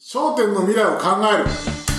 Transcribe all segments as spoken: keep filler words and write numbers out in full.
笑点の未来を考える。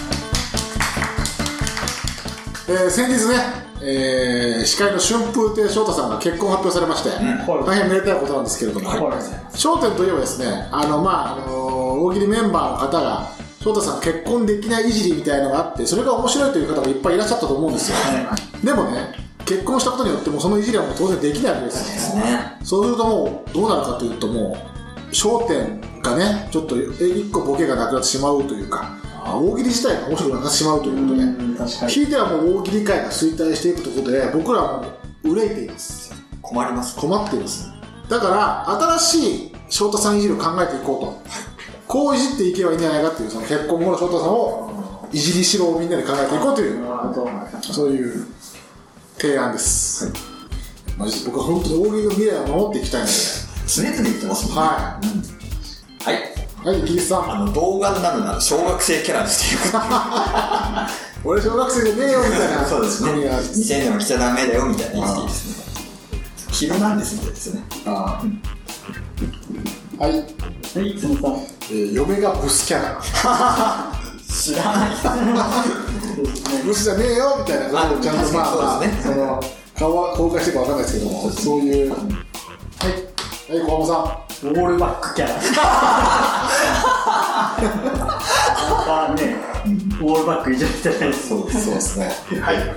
えー、先日ね、えー、司会の春風亭昇太さんが結婚を発表されまして、うん、大変めでたいことなんですけれども、はい、笑点といえばですね、あのまああのー、大喜利メンバーの方が昇太さん結婚できないいじりみたいなのがあって、それが面白いという方がいっぱいいらっしゃったと思うんですよ、はい、でもね、結婚したことによってもそのいじりはもう当然できないわけですよね。そうするともうどうなるかというと、もう笑点がね、ちょっと一個ボケがなくなってしまうというか、大喜利自体が面白くなってしまうということで、聞いてはもう大喜利界が衰退していくということで、僕らはもう憂いています。 困ります。 困っています。だから新しい翔太さんいじりを考えていこうと、はい、こういじっていけばいいんじゃないかっていう、その結婚後の翔太さんをいじりしろをみんなで考えていこうという、そういう提案です、はい、まあ、僕は本当に大喜利の未来を守っていきたいので常々言ってますもんね。 はい、 うん、はいはい、イギリスさん、 あの動画になるなら小学生キャラにしていく俺小学生じゃねえよみたいなそうですね、未成年は来ちゃダメだよみたいな言っていいですね。ヒルナンデスみたいですね。あ、うん、 はい、はい、 つむさん、 えー、嫁がブスキャラ知らないブスじゃねえよみたいなことをちゃんと、まあまあ、ね、その顔は公開してるかわかんないですけども、そういう、はい、はい、小浜さん、 ウォールバックキャラなんかね、ウォールバックいじゃってないです。 そうですね。はい、はい、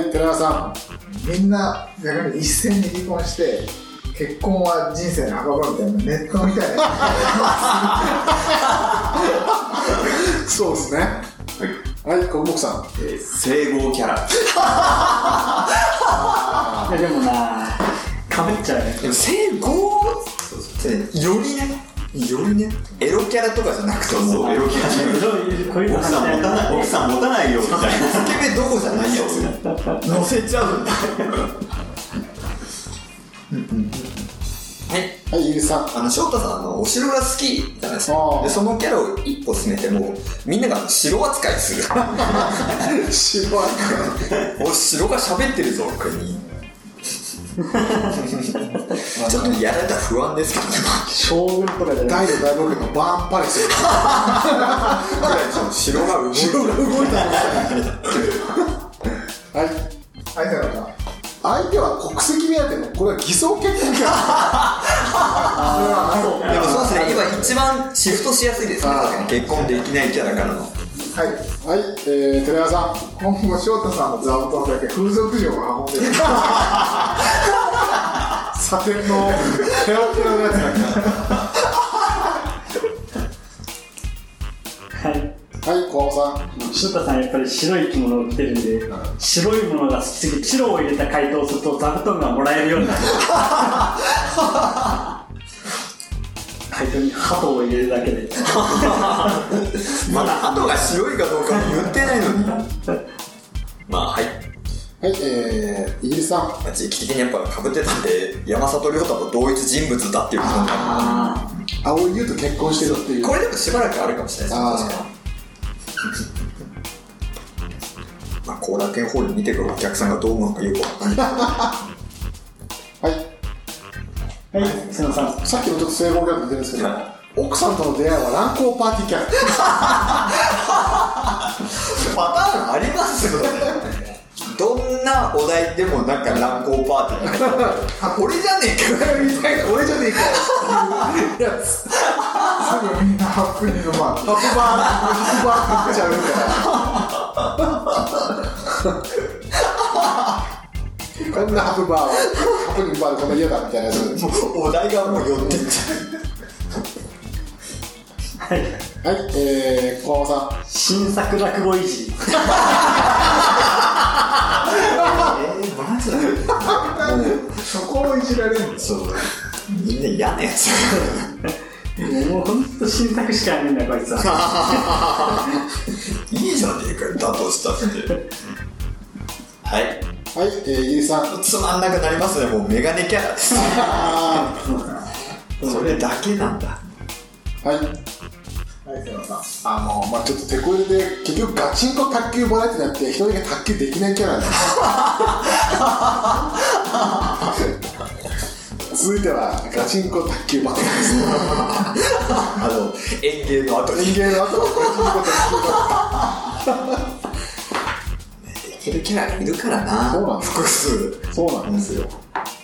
寺田さん、 みんな逆に一斉に離婚して結婚は人生の墓場みたいな、ネットみたいなそうですね。はい、小木さん、 えー、整合キャラいやでもな、かぶっちゃうね。 でも整合よりね、よりね、エロキャラとかじゃなくてもエロキャラ奥さん持たない、奥さん持たないよみたいなスケベどこじゃないやつ乗せちゃうんだはい、 はい、イギリスさん、 あの翔太さん、あのお城が好きじゃないですか。でそのキャラを一歩進めてもみんなが城扱いする城扱いお城が喋ってるぞこれにちょっとやられたら不安ですけどね。 将軍とかじゃない、 大の大冒険のバーンパレスぐらい城が動いた城が動いたはい、 相手は相手は国籍目当ての、これは偽装結婚キャラでもそうですね、今一番シフトしやすいですね、結婚できないキャラからの。 はい、 はい、えー、寺田さん、 今後翔太さんの座を取るだけ風俗嬢が運んでるサテンのペラペラのやつだはい、 はい、小浜さん、 翔太さんやっぱり白い着物を着てるんで、うん、白いものが好きすぎて白を入れた回答をすると座布団がもらえるようになる回答に鳩を入れるだけでまだ鳩が白いかどうかも言ってないのにまあ、はい、 はい、えー、イギリスさん、 時期的にやっぱ被ってたんで山里亮太と同一人物だっていうことになる。 ああ、蒼井優と結婚してるっていう。 これでもしばらくあるかもしれないですね、確かにまあ後楽園ホール見てくるお客さんがどう思うのかよくわかんないはいはい、すみません、 さっきのちょっと整合キャラ出てるんですけど、はい、奥さんとの出会いは乱交パーティーキャラパターンありますよねどんなお題でもなんか乱交パーティーだ俺じゃねえかみたいな、俺じゃねえかよやつすぐみんなハップニングバーハップバーハップバーってちゃうからこんなハプバーはハプニングバーでこんな嫌だみたいなやつお題がもう寄ってっちゃうはい、 はい、えー、小浜さん、 新作落語いじりえー、マジでそこをいじられるんですよ。 みんな嫌なやつもうほんと新作しかやめんなこいつはいいじゃねえかよ、だとしたってはいはい、えー、イギリスさん、 つまんなくなりますね、もうメガネキャラですそれだけなんだ。 はい、あの、まあちょっとテこ入れで結局ガチンコ卓球ボラエティになって一人が卓球できないキャラなんです続いてはガチンコ卓球バトルですね。 あの園芸の後に園芸の後ガチンコ卓球バトルできるキャラがいるからな。 そうなんです複数。 そうなんですよ、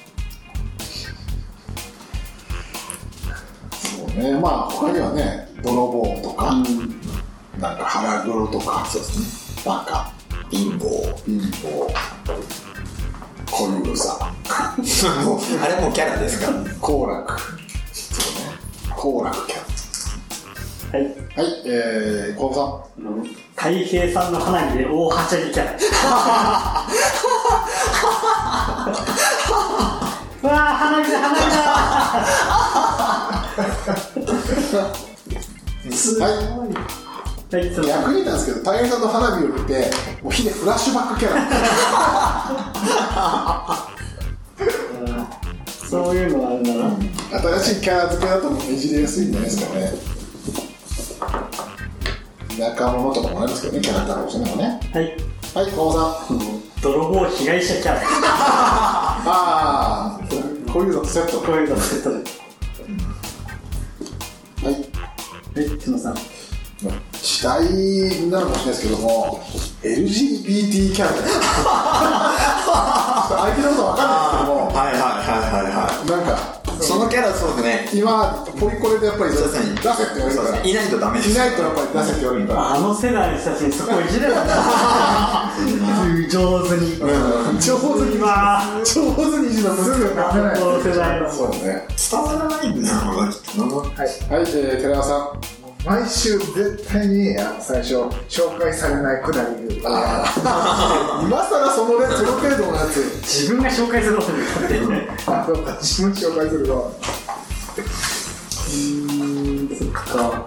うん、そうね。まあ他にはね、泥棒とか、うん、なんか腹黒とか、 そうですね、 バカ、 貧乏、 貧乏、小遊三もうあれもキャラですか。 好楽、そうね、好楽キャラ。はい、はい、えー、小野さん。 太平さんの花火で大はしゃぎキャラ。うわー、花火だ花火だ。 はい。はい、逆になんですけど、太平さんの花火を見て、もう火でフラッシュバックキャラ。 そういうのがあるんだな。 新しいキャラ付けだといじりやすいんじゃないですかね。田舎者とかもありますけどね、キャラクターかもしれないもんね。はい。はい、小野さん。 泥棒被害者キャラ。 ああ、こういうのセット。 こういうのセットで。 はい。 はい、つのさん。 時代になるかもしれないですけども、エルジービーティー キャラ相手のことわかんないですけども、 はいはいはいはいはい。 なんかそのキャラそうですね。 今ポリコレでやっぱり出せって言われるから、 いないとダメです。 いないとやっぱり出せって言われるから。 あの世代の人たちにそこをいじれたんだ。上手に、うん、 上手には上手にいじるのすぐダメない。 この世代のそうね。 伝わらないんだよ。はいはい、えー、寺田さん。 毎週絶対に最初紹介されないくだり。 今更そのね、その程度のやつ自分が紹介するのってね。 あ、そうか、自分紹介するの。 うーん、そっか。 はい、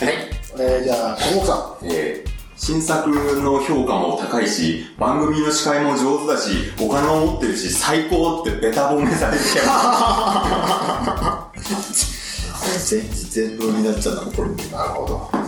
えー、じゃあ小木さん。 えー新作の評価も高いし、番組の司会も上手だし、お金も持ってるし、最高ってベタ褒めされてきた。 全全部になっちゃったのこれ。 なるほど。 はい。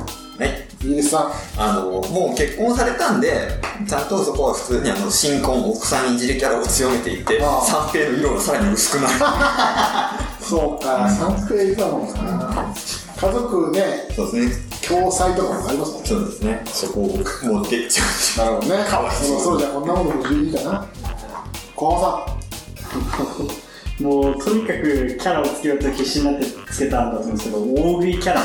いいですさん。 あのもう結婚されたんで、ちゃんとそこは普通にあの新婚奥さんいじりキャラを強めていって、三平の色がさらに薄くなる。 そうか、三平いたもんな。家族ね、 そうですね。 共済とかもありますもんね。 そうですね。そこを持っていっちゃう。 なるほどね。 かわいそう。 そうじゃこんなものもいいかな。小浜さん。もうとにかくキャラをつけようと必死になってつけたんだと思うんですけど、大食いキャラ。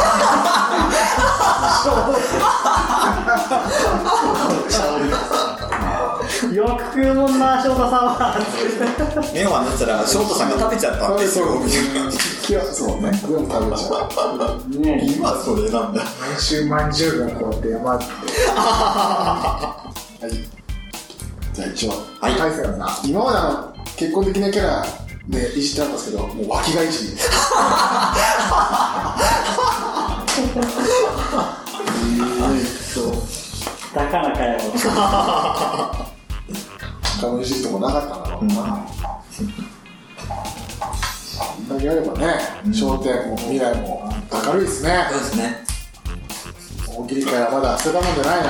よく食うもんな、翔太さんは。 メロンになったら翔太さんが食べちゃったんですよ。 そうね、全部食べちゃう。 ね、今それなんだ。 毎週まんじゅうがこうやって山って。 はい。じゃあ一応、 はい。 今まであの結婚できないキャラでいじってたんですけど、もう脇がいじり。 だからかよ。 他のいじるとこなかったんだろうな。そんだけやればね、商店も未来も明るいですね。 そうですね。 大喜利会はまだ捨てたもんじゃないな。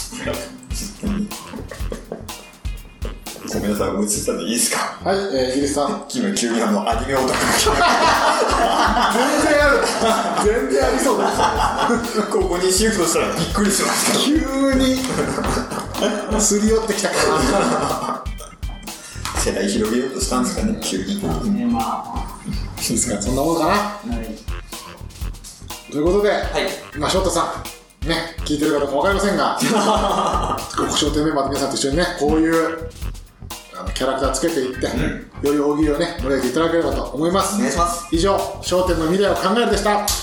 ごめんなさい、思いついたんでいいですか。 はい、えー、イギリスさん。 今急にあのアニメオタク全然ある。全然ありそうです。 ここにシフトしたらびっくりしました。 急にすり寄ってきたかな。 世代広げようとしたんですかね、急に。 ね、まあ。 いいですか、そんなものかな。はい。ということで、はい、まあ翔太さんね、聞いてるかどうかわかりませんが、極小店メンバーの皆さんと一緒にね、こういうキャラクターつけていって、うん、より大喜利をね盛り上げていただければと思います。 お願いします。 以上、笑点の未来を考えるでした。